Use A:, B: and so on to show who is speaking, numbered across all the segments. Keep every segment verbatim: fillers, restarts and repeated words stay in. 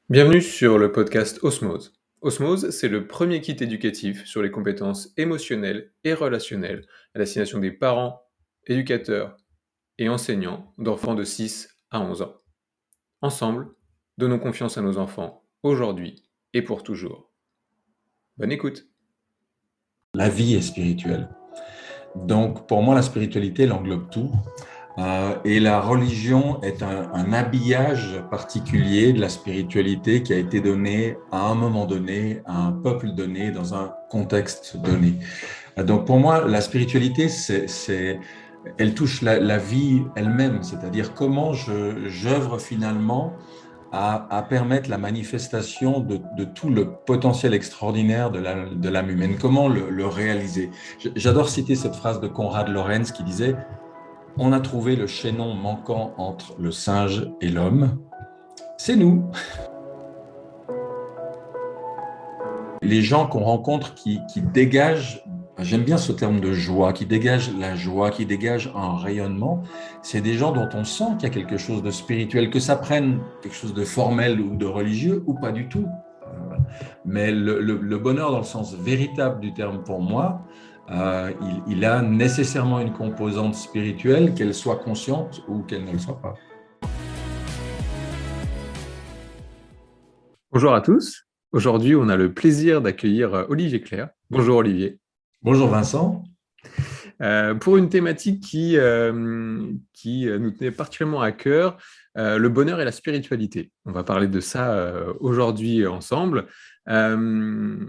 A: Bienvenue sur le podcast Osmose. Osmose, c'est le premier kit éducatif sur les compétences émotionnelles et relationnelles à destination des parents, éducateurs et enseignants d'enfants de six à onze ans. Ensemble, donnons confiance à nos enfants, aujourd'hui et pour toujours. Bonne écoute.
B: La vie est spirituelle. Donc, pour moi, la spiritualité, elle englobe tout. Euh, et la religion est un, un habillage particulier de la spiritualité qui a été donné à un moment donné, à un peuple donné, dans un contexte donné. Donc, pour moi, la spiritualité, c'est, c'est, elle touche la, la vie elle-même, c'est-à-dire comment je, j'œuvre finalement à, à permettre la manifestation de, de tout le potentiel extraordinaire de, la, de l'âme humaine. Comment le, le réaliser? J'adore citer cette phrase de Konrad Lorenz qui disait « On a trouvé le chaînon manquant entre le singe et l'homme. C'est nous ». Les gens qu'on rencontre qui, qui dégagent, j'aime bien ce terme de joie, qui dégagent la joie, qui dégagent un rayonnement, c'est des gens dont on sent qu'il y a quelque chose de spirituel, que ça prenne quelque chose de formel ou de religieux ou pas du tout. Mais le, le, le bonheur dans le sens véritable du terme pour moi, euh, il, il a nécessairement une composante spirituelle, qu'elle soit consciente ou qu'elle ne le soit pas.
A: Bonjour à tous. Aujourd'hui, on a le plaisir d'accueillir Olivier Clerc. Bonjour Olivier.
B: Bonjour Vincent.
A: Euh, pour une thématique qui, euh, qui nous tenait particulièrement à cœur, euh, le bonheur et la spiritualité. On va parler de ça euh, aujourd'hui ensemble. Euh,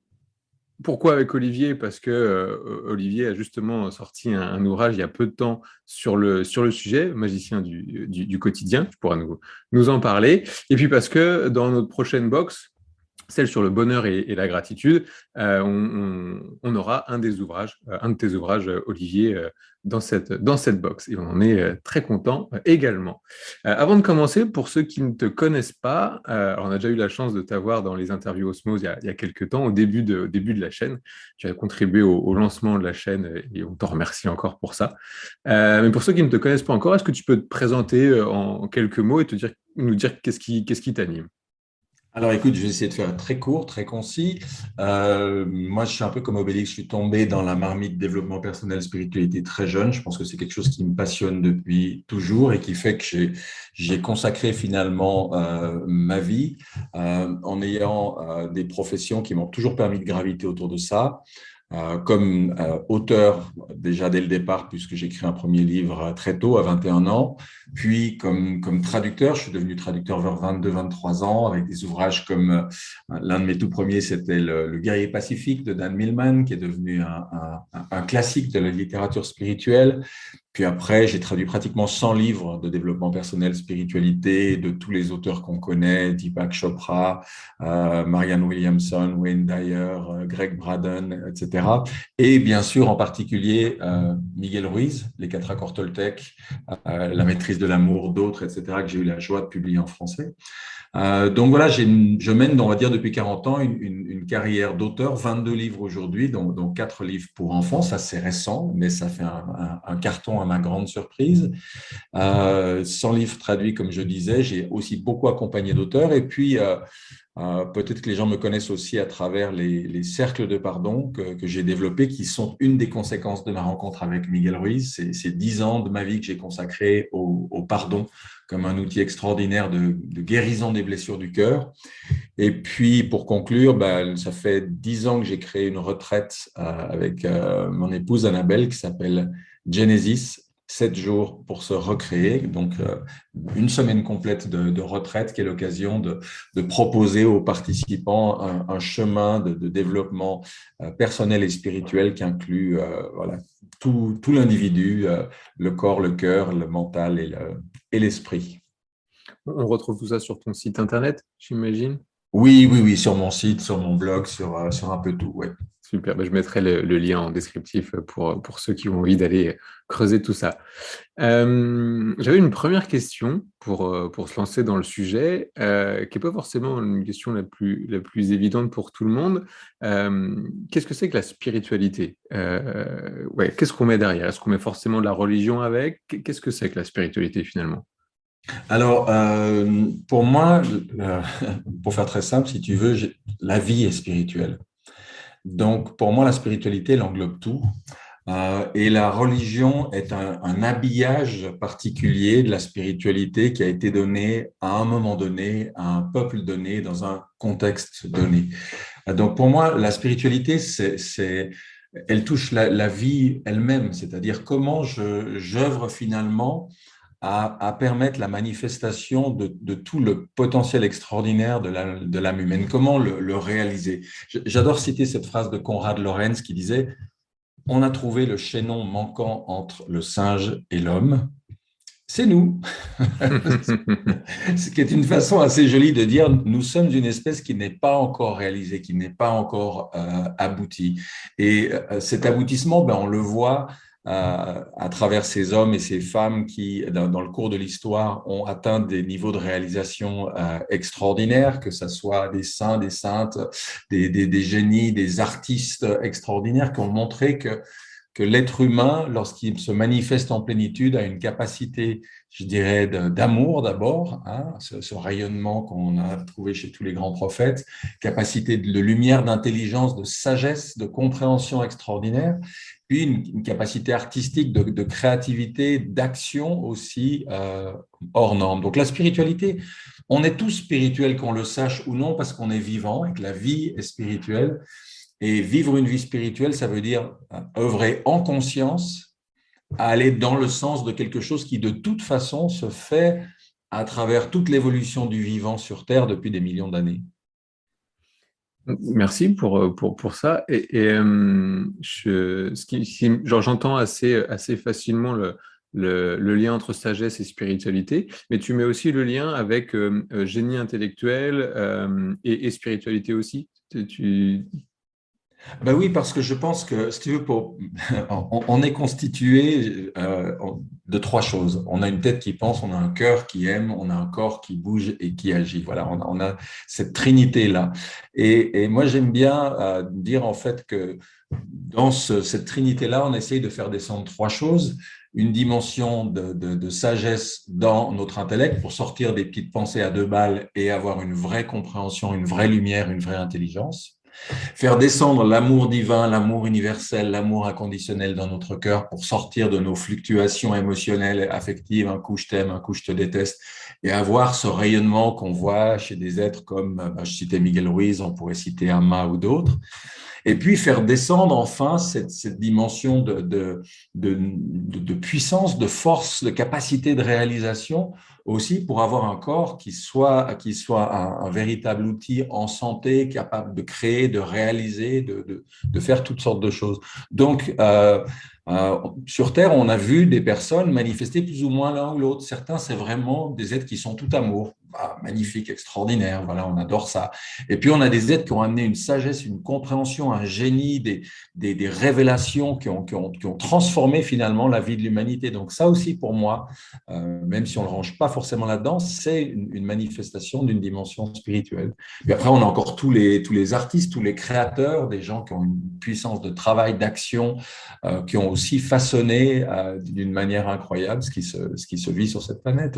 A: pourquoi avec Olivier? Parce que euh, Olivier a justement sorti un, un ouvrage il y a peu de temps sur le, sur le sujet, Magicien du, du, du quotidien. Tu pourras nous, nous en parler. Et puis parce que dans notre prochaine box, celle sur le bonheur et, et la gratitude, euh, on, on, on aura un des ouvrages, euh, un de tes ouvrages, euh, Olivier, euh, dans cette, dans cette box. Et on en est euh, très content euh, également. Euh, avant de commencer, pour ceux qui ne te connaissent pas, euh, alors on a déjà eu la chance de t'avoir dans les interviews Osmose il y a, il y a quelques temps, au début de, au début de la chaîne. Tu as contribué au, au lancement de la chaîne et on t'en remercie encore pour ça. Euh, mais pour ceux qui ne te connaissent pas encore, est-ce que tu peux te présenter en quelques mots et te dire, nous dire qu'est-ce qui, qu'est-ce qui t'anime?
B: Alors écoute, je vais essayer de faire très court, très concis. Euh, moi, je suis un peu comme Obélix, je suis tombé dans la marmite développement personnel, spiritualité très jeune. Je pense que c'est quelque chose qui me passionne depuis toujours et qui fait que j'ai, j'ai consacré finalement euh, ma vie euh, en ayant euh, des professions qui m'ont toujours permis de graviter autour de ça. Euh, comme euh, auteur déjà dès le départ, puisque j'ai écrit un premier livre très tôt, à vingt et un ans, puis comme, comme traducteur, je suis devenu traducteur vers vingt-deux, vingt-trois ans, avec des ouvrages comme euh, l'un de mes tout premiers, c'était le, le Guerrier Pacifique de Dan Millman, qui est devenu un, un, un classique de la littérature spirituelle. Puis après, j'ai traduit pratiquement cent livres de développement personnel, spiritualité, de tous les auteurs qu'on connaît, Deepak Chopra, euh, Marianne Williamson, Wayne Dyer, euh, Greg Braden, et cetera. Et bien sûr, en particulier, euh, Miguel Ruiz, Les quatre accords Toltec, euh, La maîtrise de l'amour, d'autres, et cetera, que j'ai eu la joie de publier en français. Euh, donc voilà, j'ai une, je mène, on va dire, depuis quarante ans, une, une, une carrière d'auteur, vingt-deux livres aujourd'hui, dont, dont quatre livres pour enfants. Ça, c'est récent, mais ça fait un, un, un carton à ma grande surprise. Euh, cent livres traduits, comme je disais. J'ai aussi beaucoup accompagné d'auteurs. Et puis, euh, euh, peut-être que les gens me connaissent aussi à travers les, les cercles de pardon que, que j'ai développés, qui sont une des conséquences de ma rencontre avec Miguel Ruiz. C'est, c'est dix ans de ma vie que j'ai consacré au, au pardon comme un outil extraordinaire de, de guérison des blessures du cœur. Et puis, pour conclure, ben, ça fait dix ans que j'ai créé une retraite euh, avec euh, mon épouse Annabelle qui s'appelle Genesis, sept jours pour se recréer. Donc, euh, une semaine complète de, de retraite qui est l'occasion de, de proposer aux participants un, un chemin de, de développement euh, personnel et spirituel qui inclut euh, voilà, tout, tout l'individu, euh, le corps, le cœur, le mental et, le, et l'esprit.
A: On retrouve tout ça sur ton site internet, j'imagine.
B: Oui, oui, oui, sur mon site, sur mon blog, sur, euh, sur un peu tout, ouais.
A: Super, ben, je mettrai le, le lien en descriptif pour, pour ceux qui ont envie d'aller creuser tout ça. Euh, j'avais une première question pour, euh, pour se lancer dans le sujet, euh, qui n'est pas forcément une question la plus, la plus évidente pour tout le monde. Euh, qu'est-ce que c'est que la spiritualité? Euh, ouais, qu'est-ce qu'on met derrière? Est-ce qu'on met forcément de la religion avec? Qu'est-ce que c'est que la spiritualité finalement?
B: Alors, euh, pour moi, euh, pour faire très simple, si tu veux, j'ai- la vie est spirituelle. Donc, pour moi, la spiritualité, elle englobe tout. Euh, et la religion est un, un habillage particulier de la spiritualité qui a été donné à un moment donné, à un peuple donné, dans un contexte donné. Euh, Donc, pour moi, la spiritualité, c'est, c'est, elle touche la, la vie elle-même, c'est-à-dire comment je, j'œuvre finalement à, à permettre la manifestation de, de tout le potentiel extraordinaire de la- de l'âme humaine. Comment le, le réaliser? J'adore citer cette phrase de Konrad Lorenz qui disait: on a trouvé le chaînon manquant entre le singe et l'homme. C'est nous. Ce qui est une façon assez jolie de dire nous sommes une espèce qui n'est pas encore réalisée, qui n'est pas encore euh, aboutie. Et euh, cet aboutissement, ben, on le voit euh, à travers ces hommes et ces femmes qui, dans, dans le cours de l'histoire, ont atteint des niveaux de réalisation euh, extraordinaires, que ce soit des saints, des saintes, des, des, des génies, des artistes extraordinaires qui ont montré que que l'être humain, lorsqu'il se manifeste en plénitude, a une capacité, je dirais, d'amour d'abord, hein, ce, ce rayonnement qu'on a trouvé chez tous les grands prophètes, capacité de lumière, d'intelligence, de sagesse, de compréhension extraordinaire, puis une, une capacité artistique, de, de créativité, d'action aussi euh, hors norme. Donc la spiritualité, on est tous spirituels, qu'on le sache ou non, parce qu'on est vivant et que la vie est spirituelle. Et vivre une vie spirituelle, ça veut dire œuvrer en conscience, à aller dans le sens de quelque chose qui, de toute façon, se fait à travers toute l'évolution du vivant sur Terre depuis des millions d'années.
A: Merci pour, euh, pour, pour ça. Et, et, euh, je, ce qui, qui- genre, j'entends assez, assez facilement le, le, le lien entre sagesse et spiritualité, mais tu mets aussi le lien avec euh, euh, génie intellectuel euh, et, et spiritualité aussi. Tu, tu-
B: Ben oui, parce que je pense que, si tu veux, pour, on, on est constitué euh, de trois choses. On a une tête qui pense, on a un cœur qui aime, on a un corps qui bouge et qui agit. Voilà, on, on a cette trinité-là. Et, et moi, j'aime bien euh, dire en fait que dans ce, cette trinité-là, on essaye de faire descendre trois choses. Une dimension de, de, de sagesse dans notre intellect pour sortir des petites pensées à deux balles et avoir une vraie compréhension, une vraie lumière, une vraie intelligence. Faire descendre l'amour divin, l'amour universel, l'amour inconditionnel dans notre cœur pour sortir de nos fluctuations émotionnelles, affectives, un coup je t'aime, un coup je te déteste, et avoir ce rayonnement qu'on voit chez des êtres comme, bah, je citais Miguel Ruiz, on pourrait citer Amma ou d'autres, et puis faire descendre enfin cette, cette dimension de, de, de, de, puissance, de force, de capacité de réalisation aussi pour avoir un corps qui soit, qui soit un, un véritable outil en santé, capable de créer, de réaliser, de, de, de faire toutes sortes de choses. Donc, euh, euh, sur Terre, on a vu des personnes manifester plus ou moins l'un ou l'autre. Certains, c'est vraiment des êtres qui sont tout amour. Ah, magnifique, extraordinaire, voilà, on adore ça. Et puis, on a des êtres qui ont amené une sagesse, une compréhension, un génie, des, des, des révélations qui ont, qui, ont, qui ont transformé finalement la vie de l'humanité. Donc, ça aussi, pour moi, euh, même si on ne le range pas forcément là-dedans, c'est une, une manifestation d'une dimension spirituelle. Et après, on a encore tous les, tous les artistes, tous les créateurs, des gens qui ont une puissance de travail, d'action, euh, qui ont aussi façonné euh, d'une manière incroyable ce qui, se, ce qui se vit sur cette planète.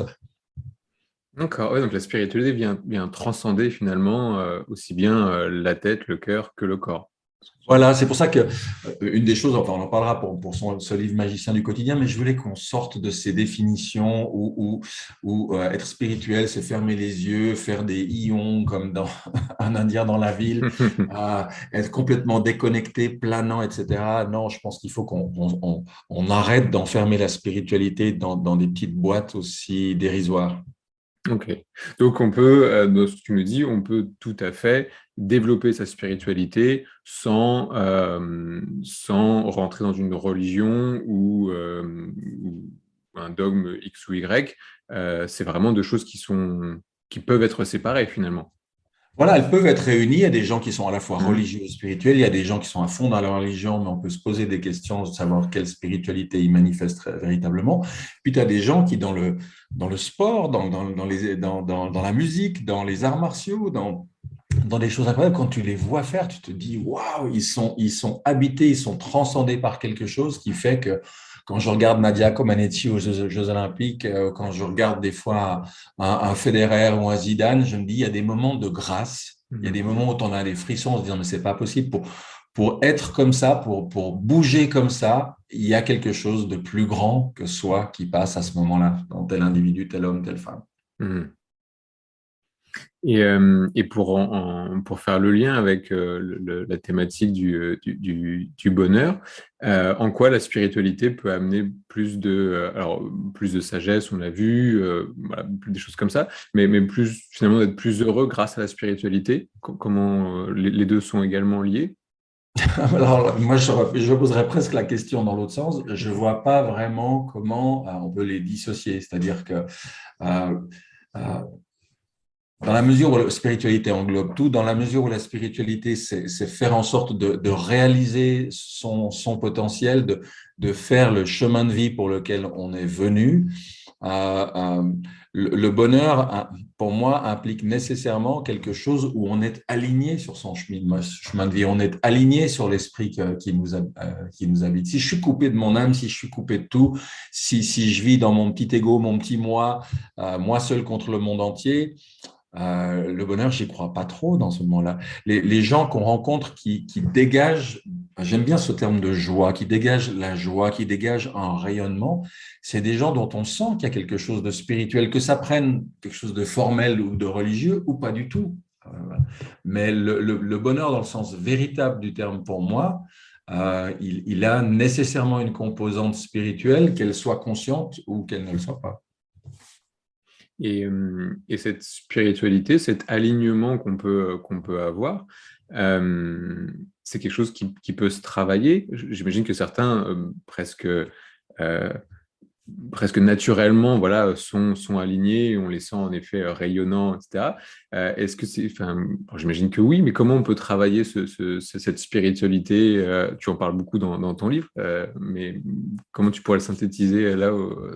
A: D'accord, ouais, donc la spiritualité vient, vient transcender finalement euh, aussi bien euh, la tête, le cœur que le corps.
B: Voilà, c'est pour ça que euh, une des choses, enfin on en parlera pour, pour son, ce livre Magicien du quotidien, mais je voulais qu'on sorte de ces définitions où, où, où euh, être spirituel, c'est fermer les yeux, faire des ions comme dans un Indien dans la ville, euh, être complètement déconnecté, planant, et cetera. Non, je pense qu'il faut qu'on on, on, on arrête d'enfermer la spiritualité dans, dans des petites boîtes aussi dérisoires.
A: Ok. Donc on peut, euh, dans ce que tu nous dis, on peut tout à fait développer sa spiritualité sans, euh, sans rentrer dans une religion ou, euh, ou un dogme X ou Y. Euh, c'est vraiment deux choses qui sont, qui peuvent être séparées finalement.
B: Voilà, elles peuvent être réunies. Il y a des gens qui sont à la fois
A: Mhm.
B: religieux et spirituels. Il y a des gens qui sont à fond dans leur religion, mais on peut se poser des questions de savoir quelle spiritualité ils manifestent véritablement. Puis tu as des gens qui, dans le, dans le sport, dans, dans, dans, les, dans, dans, dans la musique, dans les arts martiaux, dans, dans des choses incroyables, quand tu les vois faire, tu te dis, waouh, ils sont, ils sont habités, ils sont transcendés par quelque chose qui fait que quand je regarde Nadia Comaneci aux Jeux, Jeux Olympiques, euh, quand je regarde des fois un, un Federer ou un Zidane, je me dis, il y a des moments de grâce. Il y a des moments où on a des frissons en se disant, mais c'est pas possible. Pour, pour être comme ça, pour, pour bouger comme ça, il y a quelque chose de plus grand que soi qui passe à ce moment-là, dans tel individu, tel homme, telle femme.
A: Mhm. Et, euh, et pour, en, en- pour faire le lien avec euh, le- le- la thématique du, euh, du, du- du bonheur, euh, en quoi la spiritualité peut amener plus de, euh, alors, plus de sagesse, on l'a vu, euh, voilà, des choses comme ça, mais, mais plus, finalement d'être plus heureux grâce à la spiritualité. Co- comment euh, les, les deux sont également liés?
B: Alors, moi, je, je poserais presque la question dans l'autre sens. Je ne vois pas vraiment comment euh, on peut les dissocier. C'est-à-dire que euh, euh, dans la mesure où la spiritualité englobe tout, dans la mesure où la spiritualité, c'est c'est faire en sorte de, de réaliser son, son potentiel, de, de faire le chemin de vie pour lequel on est venu, euh, euh, le, le bonheur, euh, pour moi, implique nécessairement quelque chose où on est aligné sur son chemin, chemin de vie, on est aligné sur l'esprit que- qui nous, hab- euh, qui nous habite. Si je suis coupé de mon âme, si je suis coupé de tout, si, si je vis dans mon petit ego, mon petit moi, euh, moi seul contre le monde entier, euh, le bonheur, j'y crois pas trop dans ce moment-là. Les, les gens qu'on rencontre qui, qui dégagent, j'aime bien ce terme de joie, qui dégagent la joie, qui dégagent un rayonnement, c'est des gens dont on sent qu'il y a quelque chose de spirituel, que ça prenne quelque chose de formel ou de religieux ou pas du tout. Euh, Mais le, le, le bonheur dans le sens véritable du terme pour moi, euh, il, il a nécessairement une composante spirituelle, qu'elle soit consciente ou qu'elle ne le soit pas.
A: Et, euh, et cette spiritualité, cet alignement qu'on peut, qu'on peut avoir, euh, c'est quelque chose qui, qui peut se travailler. J'imagine que certains, euh, presque, euh, presque naturellement, voilà, sont, sont alignés, on les sent en effet euh, rayonnants, et cetera. Euh, est-ce que c'est, enfin, bon, j'imagine que oui, mais comment on peut travailler ce, ce- ce- cette spiritualité? Euh, tu en parles beaucoup dans, dans ton livre, euh, mais comment tu pourrais le synthétiser là au-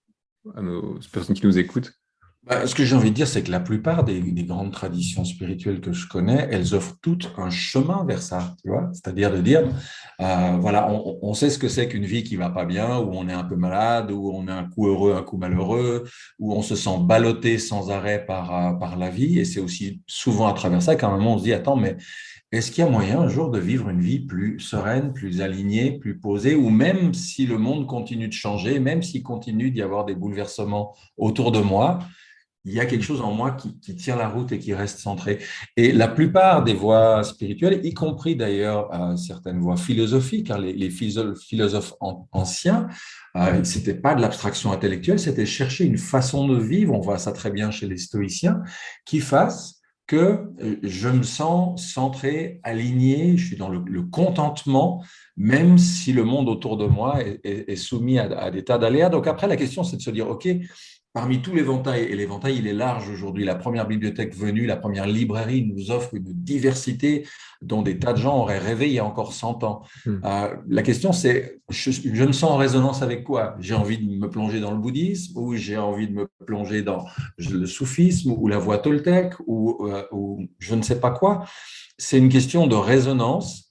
A: à nos personnes qui nous écoutent?
B: Bah, ce que j'ai envie de dire, c'est que la plupart des, des grandes traditions spirituelles que je connais, elles offrent toutes un chemin vers ça, tu vois. C'est-à-dire de dire, euh, voilà, on, on sait ce que c'est qu'une vie qui va pas bien, où on est un peu malade, où on a un coup heureux, un coup malheureux, où on se sent ballotté sans arrêt par, euh, par la vie. Et c'est aussi souvent à travers ça qu'à un moment on se dit, attends, mais est-ce qu'il y a moyen un jour de vivre une vie plus sereine, plus alignée, plus posée, ou même si le monde continue de changer, même s'il continue d'y avoir des bouleversements autour de moi, il y a quelque chose en moi qui, qui tient la route et qui reste centré. Et la plupart des voies spirituelles, y compris d'ailleurs euh, certaines voies philosophiques, hein, les, les philosophes an- anciens, euh, c'était pas de l'abstraction intellectuelle, c'était chercher une façon de vivre, on voit ça très bien chez les stoïciens, qui fasse que euh, je me sens centré, aligné, je suis dans le, le contentement, même si le monde autour de moi est, est, est soumis à, à des tas d'aléas. Donc après, la question, c'est de se dire, OK, parmi tous les l'éventail, et l'éventail, il est large aujourd'hui, la première bibliothèque venue, la première librairie nous offre une diversité dont des tas de gens auraient rêvé il y a encore cent ans.
A: Hmm.
B: Euh, la question, c'est, je, je me sens en résonance avec quoi? J'ai envie de me plonger dans le bouddhisme, ou j'ai envie de me plonger dans le soufisme, ou la voie toltèque, ou, euh, ou je ne sais pas quoi. C'est une question de résonance.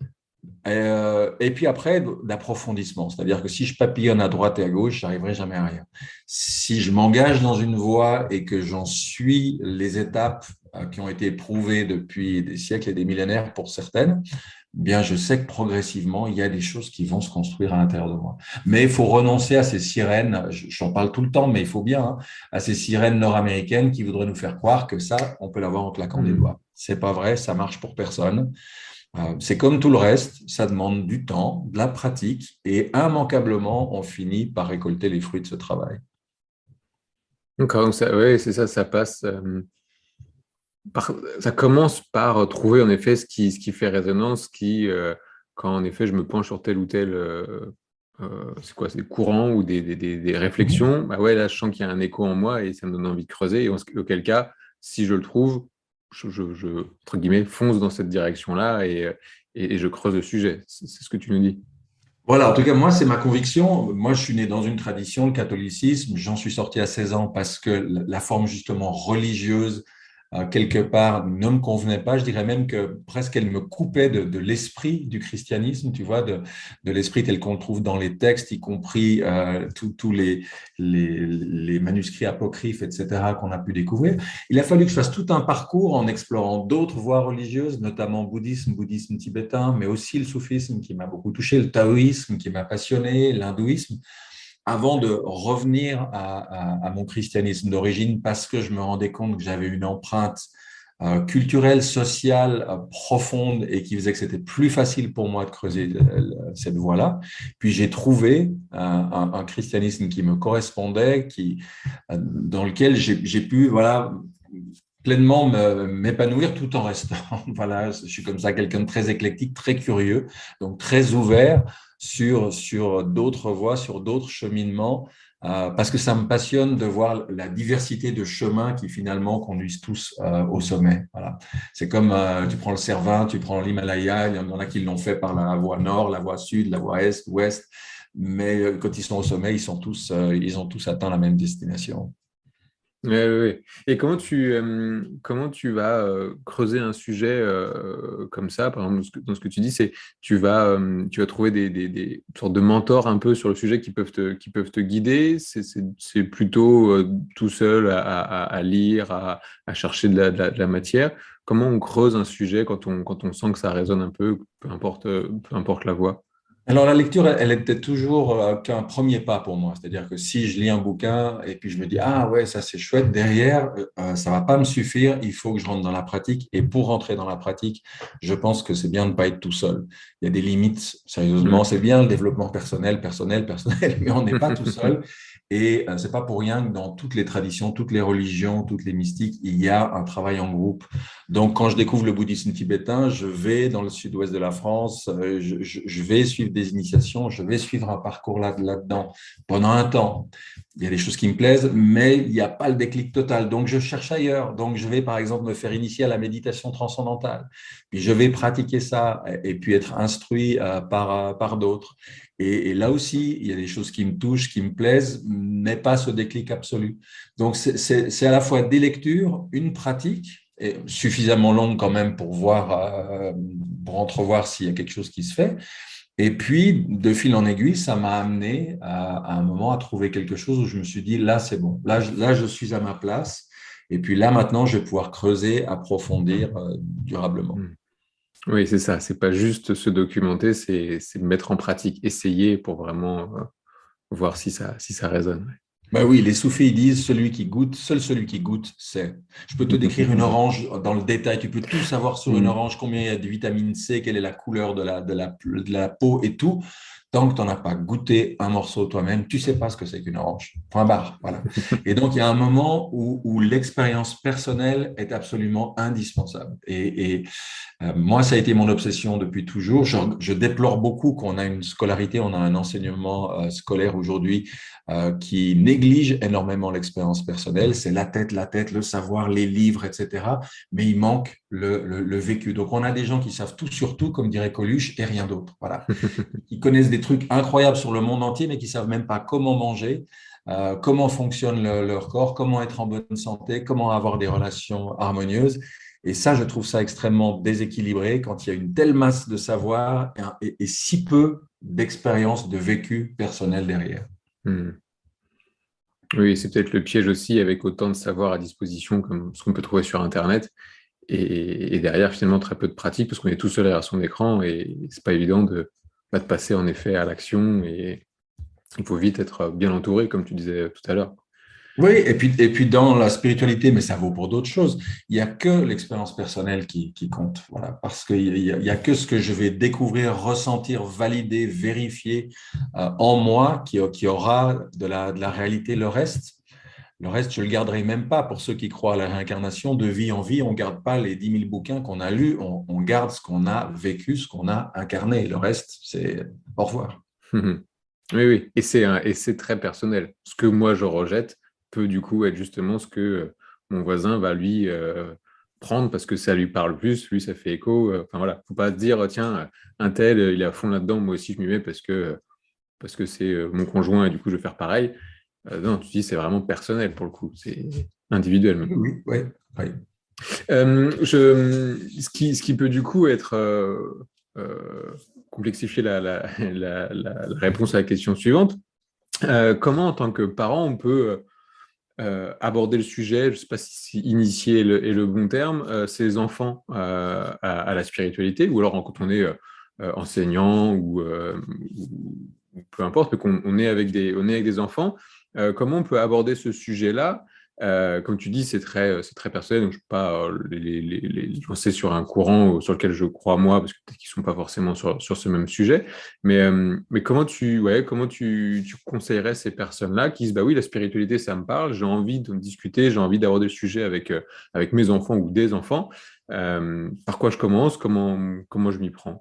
B: Euh, et puis après, d'approfondissement. C'est-à-dire que si je papillonne à droite et à gauche, j'arriverai jamais à rien. Si je m'engage dans une voie et que j'en suis les étapes euh, qui ont été prouvées depuis des siècles et des millénaires pour certaines, bien, je sais que progressivement, il y a des choses qui vont se construire à l'intérieur de moi. Mais il faut renoncer à ces sirènes, j'en parle tout le temps, mais il faut bien, hein, à ces sirènes nord-américaines qui voudraient nous faire croire que ça, on peut l'avoir en claquant des
A: Hmm.
B: doigts. C'est pas vrai, ça marche pour personne. Euh, C'est comme tout le reste, ça demande du temps, de la pratique, et immanquablement, on finit par récolter les fruits de ce travail.
A: D'accord, donc ça, ouais, c'est ça, ça passe. euh, par- ça commence par euh, trouver en effet ce qui, ce qui fait résonance, qui, euh, quand en effet je me penche sur tel ou tel, euh, euh, c'est quoi, c'est des courants ou des, des, des- des
B: Mhm.
A: réflexions, bah ouais, là je sens qu'il y a un écho en moi et ça me donne envie de creuser. Et en ce- auquel cas, si je le trouve, je, je, je, entre guillemets, fonce dans cette direction-là et, euh, et, et je creuse le sujet. C'est c'est ce que tu nous dis.
B: Voilà, en tout cas, moi, c'est ma conviction. Moi, je suis né dans une tradition, le catholicisme. J'en suis sorti à seize ans parce que la la forme justement religieuse euh, quelque part, ne me convenait pas. Je dirais même que presque elle me coupait de, de l'esprit du christianisme, tu vois, de, de l'esprit tel qu'on le trouve dans les textes, y compris euh, tous les, les, les manuscrits apocryphes, et cetera, qu'on a pu découvrir. Il a fallu que je fasse tout un parcours en explorant d'autres voies religieuses, notamment bouddhisme, bouddhisme tibétain, mais aussi le soufisme qui m'a beaucoup touché, le taoïsme qui m'a passionné, l'hindouisme, avant de revenir à, à, à mon christianisme d'origine, parce que je me rendais compte que j'avais une empreinte euh, culturelle, sociale euh, profonde et qui faisait que c'était plus facile pour moi de creuser euh, cette voie-là. Puis j'ai trouvé un, un, un christianisme qui me correspondait, qui, euh, dans lequel j'ai, j'ai pu, voilà, pleinement me- m'épanouir tout en restant. Voilà, je suis comme ça, quelqu'un de très éclectique, très curieux, donc très ouvert sur, sur d'autres voies, sur d'autres cheminements, euh, parce que ça me passionne de voir la diversité de chemins qui finalement conduisent tous euh, au sommet. Voilà. C'est comme euh, tu prends le Cervin, tu prends l'Himalaya, il y en a qui l'ont fait par la voie nord, la voie sud, la voie est, ouest, mais euh, quand ils sont au sommet, ils sont tous, euh, ils ont tous atteint la même destination.
A: Ouais, ouais, ouais. Et comment tu, euh, comment tu vas euh, creuser un sujet euh, comme ça, par exemple, ce que- dans ce que tu dis, c'est tu vas, euh, tu vas trouver des, des, des sortes de mentors un peu sur le sujet qui peuvent te, qui peuvent te guider. C'est c'est- c'est plutôt euh, tout seul à, à- à lire, à, à chercher de la, de la, de la matière. Comment on creuse un sujet quand on, quand on sent que ça résonne un peu, peu importe, euh, peu importe la voie?
B: Alors, la lecture, elle, elle était toujours euh, qu'un premier pas pour moi. C'est-à-dire que si je lis un bouquin et puis je me dis, ah ouais, ça c'est chouette, derrière, euh, euh, ça va pas me suffire, il faut que je rentre dans la pratique. Et pour rentrer dans la pratique, je pense que c'est bien de ne pas être tout seul. Il y a des limites, sérieusement.
A: Mm.
B: C'est bien le développement personnel, personnel, personnel, mais on n'est pas tout seul. Et euh, c'est pas pour rien que dans toutes les traditions, toutes les religions, toutes les mystiques, il y a un travail en groupe. Donc, quand je découvre le bouddhisme tibétain, je vais dans le sud-ouest de la France, euh, je, je- je vais suivre des initiations, je vais suivre un parcours là, là-dedans pendant un temps. Il y a des choses qui me plaisent, mais il n'y a pas le déclic total. Donc, je cherche ailleurs. Donc, je vais, par exemple, me faire initier à la méditation transcendantale. Puis, je vais pratiquer ça et, et puis être instruit euh, par, euh, par d'autres. Et, et là aussi, il y a des choses qui me touchent, qui me plaisent, mais pas ce déclic absolu. Donc, c'est c'est- c'est à la fois des lectures, une pratique, et suffisamment longue quand même pour voir, euh, pour entrevoir s'il y a quelque chose qui se fait. Et puis, de fil en aiguille, ça m'a amené à, à un moment à trouver quelque chose où je me suis dit, là, c'est bon. Là, je, là, je suis à ma place. Et puis là, maintenant, je vais pouvoir creuser, approfondir euh, durablement.
A: Mm. Oui, c'est ça. C'est pas juste se documenter, c'est c'est mettre en pratique, essayer pour vraiment euh, voir si ça, si ça résonne.
B: Ben oui, les soufis ils disent celui qui goûte, seul celui qui goûte sait. Je peux te décrire une orange dans le détail, tu peux tout savoir sur une
A: Mm.
B: orange, combien il y a de vitamine C, quelle est la couleur de la, de la, de la peau et tout. Tant que tu n'en as pas goûté un morceau toi-même, tu sais pas ce que c'est qu'une orange. Point barre, voilà. Et donc, il y a un moment où, où l'expérience personnelle est absolument indispensable. Et, et euh, moi, ça a été mon obsession depuis toujours. Je, je déplore beaucoup qu'on a une scolarité, on a un enseignement euh, scolaire aujourd'hui euh, qui néglige énormément l'expérience personnelle. C'est la tête, la tête, le savoir, les livres, et cetera. Mais il manque le, le, le vécu. Donc, on a des gens qui savent tout sur tout, comme dirait Coluche, et rien d'autre. Voilà. Qui connaissent des trucs incroyables sur le monde entier, mais qui savent même pas comment manger, euh, comment fonctionne le- leur corps, comment être en bonne santé, comment avoir des relations harmonieuses. Et ça, je trouve ça extrêmement déséquilibré quand il y a une telle masse de savoir et, et- et si peu d'expérience, de vécu personnel derrière.
A: Mm. Oui, c'est peut-être le piège aussi avec autant de savoir à disposition comme ce qu'on peut trouver sur Internet et, et derrière finalement très peu de pratique parce qu'on est tout seul derrière son écran et c'est pas évident de, bah, de passer en effet à l'action et il faut vite être bien entouré comme tu disais tout à l'heure.
B: Oui, et puis, et puis dans la spiritualité, mais ça vaut pour d'autres choses, il n'y a que l'expérience personnelle qui, qui compte. Voilà, parce qu'il n'y a, il y a que ce que je vais découvrir, ressentir, valider, vérifier euh, en moi qui, qui aura de la, de la réalité. Le reste, le reste, je ne le garderai même pas. Pour ceux qui croient à la réincarnation, de vie en vie, on ne garde pas les dix mille bouquins qu'on a lus, on, on garde ce qu'on a vécu, ce qu'on a incarné. Le reste, c'est au revoir.
A: Oui, oui, et c'est un- et c'est très personnel. Ce que moi je rejette peut du coup être justement ce que euh, mon voisin va lui euh, prendre parce que ça lui parle plus, lui ça fait écho. euh, Enfin voilà, faut pas se dire tiens, un tel il est à fond là-dedans, moi aussi je m'y mets parce que parce que c'est euh, mon conjoint et du coup je vais faire pareil. Euh, non, tu dis c'est vraiment personnel pour le coup, c'est individuel
B: Oui,
A: même.
B: oui, oui. Oui.
A: Euh, je, ce qui, ce qui peut du coup être euh, euh, complexifier la, la, la, la- la réponse à la question suivante. Euh, comment, en tant que parent, on peut euh, aborder le sujet, je ne sais pas si initier est le, est le bon terme, euh, ses enfants euh, à, à la spiritualité, ou alors quand on est euh, euh, enseignant ou, euh, ou- ou peu importe, mais qu'on on est avec des, on est avec des enfants, euh, comment on peut aborder ce sujet-là? Euh, comme tu dis, c'est très, c'est très personnel, donc je ne peux pas euh, les, les, les, les lancer sur un courant sur lequel je crois moi, parce que peut-être qu'ils ne sont pas forcément sur, sur ce même sujet. Mais, euh, mais comment tu, ouais, comment tu, tu conseillerais ces personnes-là qui disent, bah oui, la spiritualité, ça me parle, j'ai envie de discuter, j'ai envie d'aborder le sujet avec, euh, avec mes enfants ou des enfants. Euh, par quoi je commence? Comment, comment je m'y prends?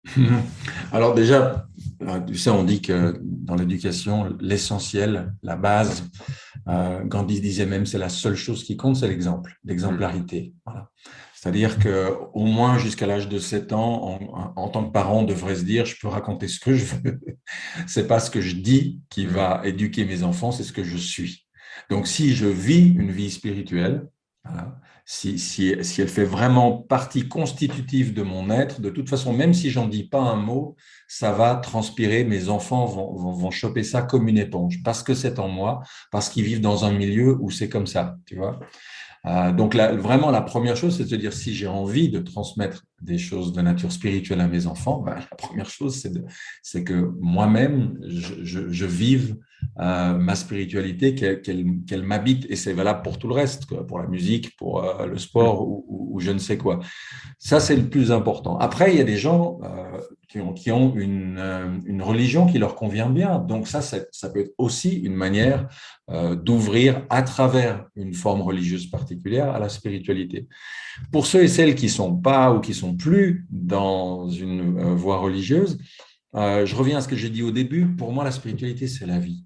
B: Alors déjà, euh, tu sais, on dit que dans l'éducation, l'essentiel, la base, euh, Gandhi disait même, c'est la seule chose qui compte, c'est l'exemple,
A: Hmm.
B: l'exemplarité. Voilà. C'est-à-dire que au moins jusqu'à l'âge de sept ans, en, en tant que parent, on devrait se dire, je peux raconter ce que je veux. C'est pas ce que je dis qui
A: Hmm.
B: va éduquer mes enfants, c'est ce que je suis. Donc, si je vis une vie spirituelle, voilà, si, si, si elle fait vraiment partie constitutive de mon être, de toute façon, même si j'en dis pas un mot, ça va transpirer. Mes enfants vont, vont, vont choper ça comme une éponge parce que c'est en moi, parce qu'ils vivent dans un milieu où c'est comme ça, tu vois. Euh, donc là, vraiment, la première chose, c'est de se dire si j'ai envie de transmettre des choses de nature spirituelle à mes enfants, ben, la première chose, c'est, de, c'est que moi-même, je, je, je vive euh, ma spiritualité, qu'elle, qu'elle, qu'elle m'habite, et c'est valable pour tout le reste, quoi, pour la musique, pour euh, le sport ou, ou, ou je ne sais quoi. Ça, c'est le plus important. Après, il y a des gens euh, qui ont, qui ont une, euh, une religion qui leur convient bien. Donc ça, ça, ça peut être aussi une manière euh, d'ouvrir à travers une forme religieuse particulière à la spiritualité. Pour ceux et celles qui sont pas ou qui sont plus dans une euh, voie religieuse, euh, je reviens à ce que j'ai dit au début. Pour moi, la spiritualité, c'est la vie.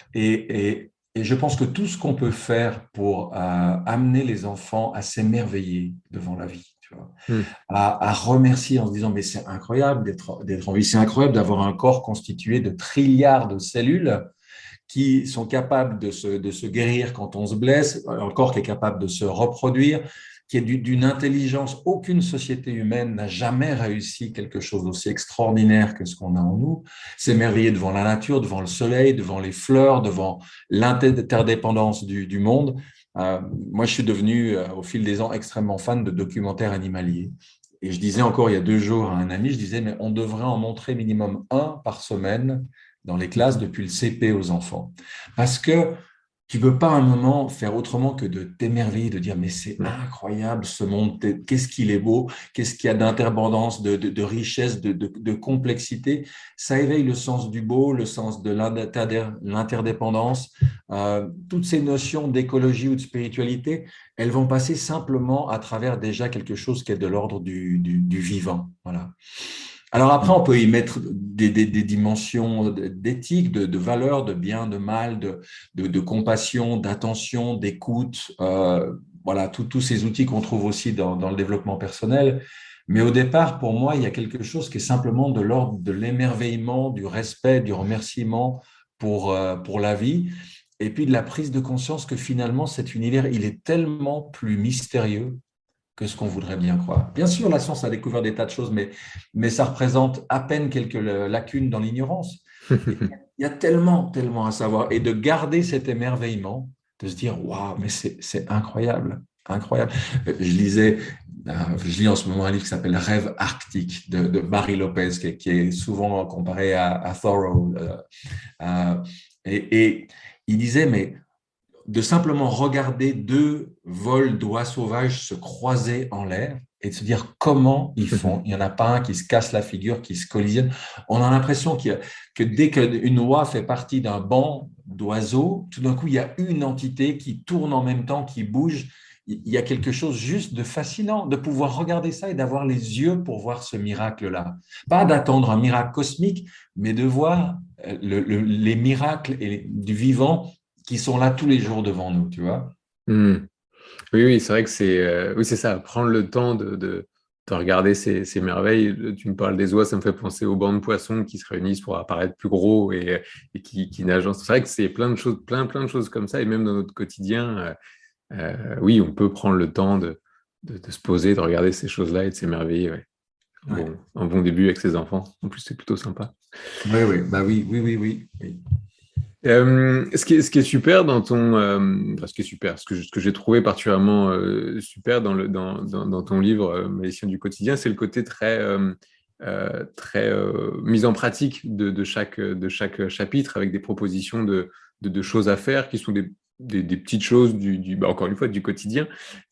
B: Et, et, et je pense que tout ce qu'on peut faire pour euh, amener les enfants à s'émerveiller devant la vie, tu vois,
A: Hmm.
B: à, à remercier en se disant, mais c'est incroyable d'être, d'être en vie, c'est incroyable d'avoir un corps constitué de trilliards de cellules qui sont capables de se, de se guérir quand on se blesse, un corps qui est capable de se reproduire, qui est d'une intelligence. Aucune société humaine n'a jamais réussi quelque chose d'aussi extraordinaire que ce qu'on a en nous. S'émerveiller devant la nature, devant le soleil, devant les fleurs, devant l'interdépendance du, du monde. Euh, moi, je suis devenu, euh, au fil des ans, extrêmement fan de documentaires animaliers. Et je disais encore il y a deux jours à un ami, je disais, mais on devrait en montrer minimum un par semaine dans les classes depuis le C P aux enfants. Parce que tu ne peux pas à un moment faire autrement que de t'émerveiller, de dire mais c'est
A: Hmm.
B: incroyable ce monde, qu'est-ce qu'il est beau, qu'est-ce qu'il y a d'interdépendance, de, de, de richesse, de, de, de complexité. Ça éveille le sens du beau, le sens de l'interdépendance. Euh, toutes ces notions d'écologie ou de spiritualité, elles vont passer simplement à travers déjà quelque chose qui est de l'ordre du, du, du vivant. Voilà. Alors après, on peut y mettre des, des, des dimensions d'éthique, de, de valeur, de bien, de mal, de, de, de compassion, d'attention, d'écoute. Euh, voilà, tous ces outils qu'on trouve aussi dans, dans le développement personnel. Mais au départ, pour moi, il y a quelque chose qui est simplement de l'ordre de l'émerveillement, du respect, du remerciement pour, euh, pour la vie. Et puis de la prise de conscience que finalement, cet univers, il est tellement plus mystérieux que ce qu'on voudrait bien croire. Bien sûr, la science a découvert des tas de choses, mais, mais ça représente à peine quelques lacunes dans l'ignorance. Il y a tellement, tellement à savoir. Et de garder cet émerveillement, de se dire, waouh, mais c'est incroyable, incroyable. Je lisais, euh, je lis en ce moment un livre qui s'appelle Rêve arctique de, de Barry Lopez, qui, qui, est souvent comparé à, à Thoreau. Euh, euh, et, et il disait, mais de simplement regarder deux vols d'oies sauvages se croiser en l'air et de se dire comment ils font. Il n'y en a pas un qui se casse la figure, qui se collisionne. On a l'impression qu'il y a, que dès qu'une oie fait partie d'un banc d'oiseaux, tout d'un coup, il y a une entité qui tourne en même temps, qui bouge. Il y a quelque chose juste de fascinant de pouvoir regarder ça et d'avoir les yeux pour voir ce miracle-là. Pas d'attendre un miracle cosmique, mais de voir le, le, les miracles et du vivant qui sont là tous les jours devant nous, tu vois.
A: Hmm. Oui, oui, c'est vrai que c'est euh, oui, c'est ça, prendre le temps de, de, de regarder ces, ces merveilles. Tu me parles des oies, ça me fait penser aux bancs de poissons qui se réunissent pour apparaître plus gros et, et qui, qui nagent. C'est vrai que c'est plein de choses, plein, plein de choses comme ça, et même dans notre quotidien, euh, euh, oui, on peut prendre le temps de, de, de se poser, de regarder ces choses-là et de s'émerveiller. Ouais. Un,
B: Ouais.
A: bon, un bon début avec ses enfants. En plus, c'est plutôt sympa.
B: Oui, oui, bah oui, oui, oui, oui. oui.
A: Euh, ce qui est, ce qui est super dans ton, euh, enfin, ce qui est super, ce que, je- ce que j'ai trouvé particulièrement euh, super dans, le, dans, dans, dans ton livre euh, Magicien du quotidien, c'est le côté très, euh, euh, très euh, mise en pratique de, de chaque, de chaque chapitre avec des propositions de, de, de choses à faire qui sont des, des, des petites choses du, du bah, encore une fois, du quotidien.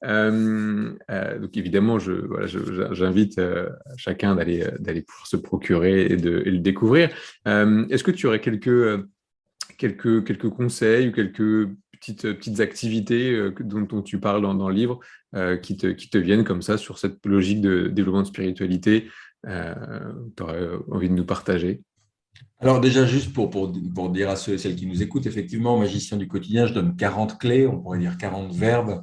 A: Euh, euh, donc évidemment, je, voilà, je, je- j'invite euh, chacun d'aller, d'aller pouvoir se procurer et de, et le découvrir. Euh, est-ce que tu aurais quelques euh, quelques, quelques conseils ou quelques petites, petites activités euh, que- dont, dont tu parles dans, dans le livre euh, qui te, qui te viennent comme ça sur cette logique de développement de spiritualité, euh, tu aurais envie de nous partager?
B: Alors déjà, juste pour, pour, pour dire à ceux et celles qui nous écoutent, effectivement, Magicien du quotidien, je donne quarante clés, on pourrait dire quarante verbes,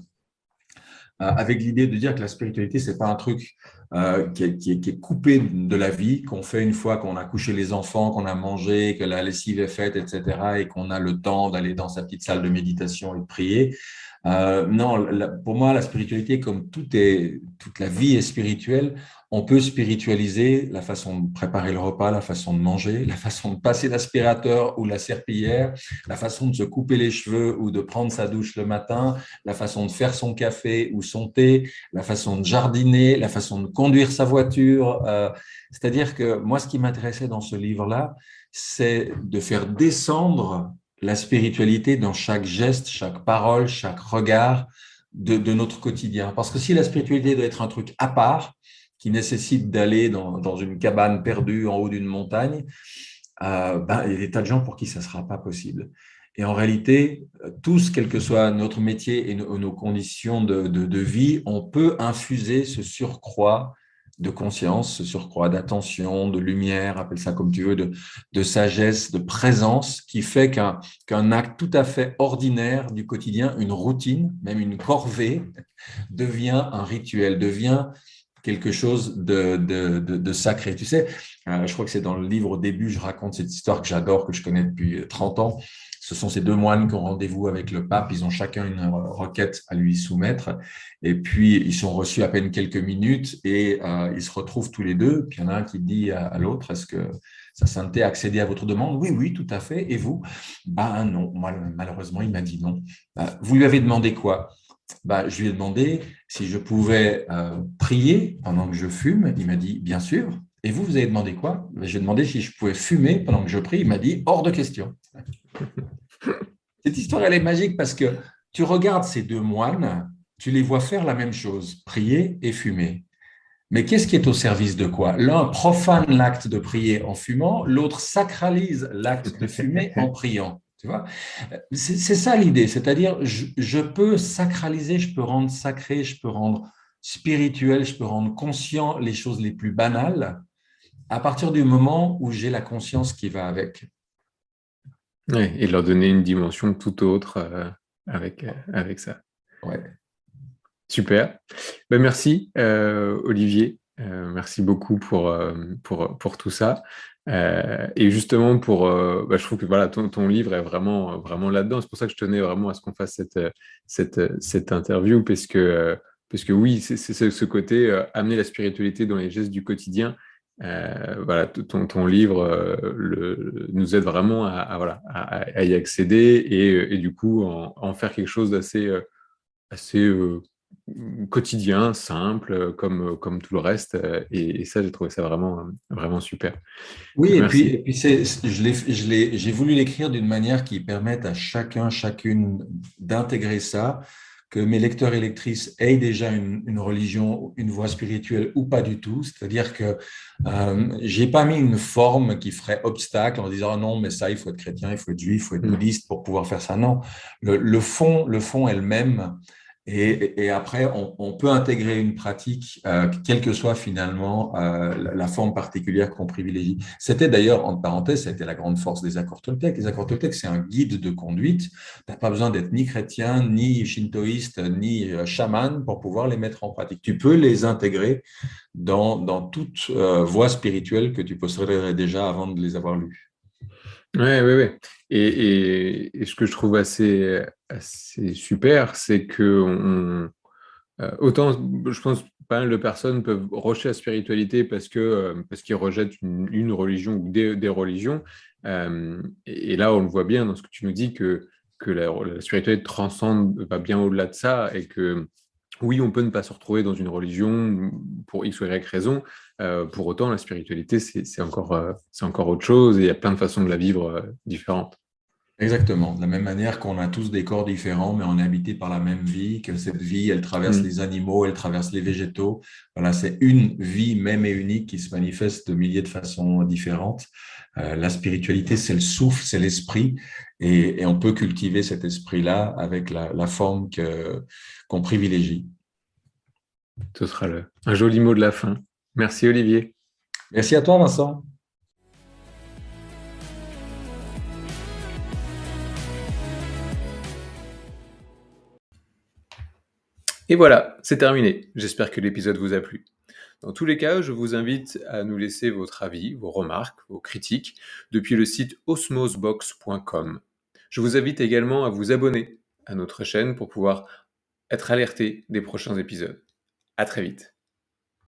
B: euh, avec l'idée de dire que la spiritualité, c'est pas un truc euh, qui, est, qui, est, qui est coupé de la vie, qu'on fait une fois qu'on a couché les enfants, qu'on a mangé, que la lessive est faite, et cetera, et qu'on a le temps d'aller dans sa petite salle de méditation et de prier. Euh, non, la, pour moi, la spiritualité, comme tout est, toute la vie est spirituelle, on peut spiritualiser la façon de préparer le repas, la façon de manger, la façon de passer l'aspirateur ou la serpillière, la façon de se couper les cheveux ou de prendre sa douche le matin, la façon de faire son café ou son thé, la façon de jardiner, la façon de conduire sa voiture. Euh, c'est-à-dire que moi, ce qui m'intéressait dans ce livre-là, c'est de faire descendre la spiritualité dans chaque geste, chaque parole, chaque regard de, de notre quotidien. Parce que si la spiritualité doit être un truc à part, qui nécessite d'aller dans, dans une cabane perdue en haut d'une montagne, euh, ben, il y a des tas de gens pour qui ça ne sera pas possible. Et en réalité, tous, quel que soit notre métier et nos, nos conditions de, de, de vie, on peut infuser ce surcroît de conscience, ce surcroît d'attention, de lumière, appelle ça comme tu veux, de, de sagesse, de présence, qui fait qu'un qu'un acte tout à fait ordinaire du quotidien, une routine, même une corvée, devient un rituel, devient quelque chose de, de, de, de sacré. Tu sais, euh, je crois que c'est dans le livre au début, je raconte cette histoire que j'adore, que je connais depuis trente ans. Ce sont ces deux moines qui ont rendez-vous avec le pape. Ils ont chacun une requête à lui soumettre. Et puis, ils sont reçus à peine quelques minutes et euh, ils se retrouvent tous les deux. Puis, il y en a un qui dit à, à l'autre, est-ce que Sa Sainteté a accédé à votre demande? Oui, oui, tout à fait. Et vous? Ben non. Moi, malheureusement, il m'a dit non. Ben, vous lui avez demandé quoi? Ben, je lui ai demandé si je pouvais euh, prier pendant que je fume. Il m'a dit, bien sûr. Et vous, vous avez demandé quoi? Ben, j'ai demandé si je pouvais fumer pendant que je prie. Il m'a dit, hors de question. Cette histoire, elle est magique parce que tu regardes ces deux moines, tu les vois faire la même chose, prier et fumer. Mais qu'est-ce qui est au service de quoi? L'un profane l'acte de prier en fumant, l'autre sacralise l'acte de fumer en priant. Tu vois? C'est c'est ça l'idée, c'est-à-dire je, je peux sacraliser, je peux rendre sacré, je peux rendre spirituel, je peux rendre conscient les choses les plus banales à partir du moment où j'ai la conscience qui va avec.
A: Ouais, et leur donner une dimension tout autre euh, avec, euh, avec ça.
B: Ouais.
A: Super. Ben, merci, euh, Olivier. Euh, merci beaucoup pour, euh, pour, pour tout ça. Euh, et justement, pour, euh, ben, je trouve que voilà, ton, ton livre est vraiment, vraiment là-dedans. C'est pour ça que je tenais vraiment à ce qu'on fasse cette, cette, cette interview, parce que, euh, parce que oui, c'est c'est ce côté euh, amener la spiritualité dans les gestes du quotidien. Euh, voilà, ton, ton livre euh, le, nous aide vraiment à, à, voilà, à, à y accéder et, et du coup en, en faire quelque chose d'assez euh, assez euh, quotidien, simple, euh, comme, euh, comme tout le reste. euh, Et, et ça, j'ai trouvé ça vraiment, euh, vraiment super.
B: Oui, et puis, et
A: Merci.
B: puis c'est, je l'ai, je l'ai, j'ai voulu l'écrire d'une manière qui permette à chacun, chacune d'intégrer ça, que mes lecteurs et lectrices aient déjà une, une religion, une voie spirituelle ou pas du tout. C'est-à-dire que euh, j'ai pas mis une forme qui ferait obstacle en disant ah non, mais ça, il faut être chrétien, il faut être juif, il faut être
A: Mm.
B: bouddhiste pour pouvoir faire ça. Non, le, le fond, le fond est le même. Et, et après, on, on peut intégrer une pratique, euh, quelle que soit finalement euh, la, la forme particulière qu'on privilégie. C'était d'ailleurs, entre parenthèses, ça a été la grande force des accords Toltec. Les accords Toltec, c'est un guide de conduite. Tu n'as pas besoin d'être ni chrétien, ni shintoïste, ni euh, chaman pour pouvoir les mettre en pratique. Tu peux les intégrer dans, dans toute euh, voie spirituelle que tu posséderais déjà avant de les avoir lus.
A: Ouais, ouais, ouais. Et, et, et ce que je trouve assez, assez super, c'est que on, Euh, autant, je pense, pas mal de personnes peuvent rejeter la spiritualité parce que euh, parce qu'ils rejettent une, une religion ou des, des religions. Euh, et, et là, on le voit bien dans ce que tu nous dis que que la, la spiritualité transcende, va bien au-delà de ça et que oui, on peut ne pas se retrouver dans une religion pour X ou Y raison. Euh, pour autant, la spiritualité, c'est c'est encore euh, c'est encore autre chose et il y a plein de façons de la vivre euh, différentes.
B: Exactement. De la même manière qu'on a tous des corps différents, mais on est habité par la même vie, que cette vie, elle traverse
A: Mm.
B: les animaux, elle traverse les végétaux. Voilà, c'est une vie même et unique qui se manifeste de milliers de façons différentes. Euh, la spiritualité, c'est le souffle, c'est l'esprit, et, et on peut cultiver cet esprit-là avec la, la forme que, qu'on privilégie.
A: Ce sera le, un joli mot de la fin. Merci Olivier.
B: Merci à toi, Vincent.
A: Et voilà, c'est terminé. J'espère que l'épisode vous a plu. Dans tous les cas, je vous invite à nous laisser votre avis, vos remarques, vos critiques depuis le site osmosbox point com. Je vous invite également à vous abonner à notre chaîne pour pouvoir être alerté des prochains épisodes. À très vite.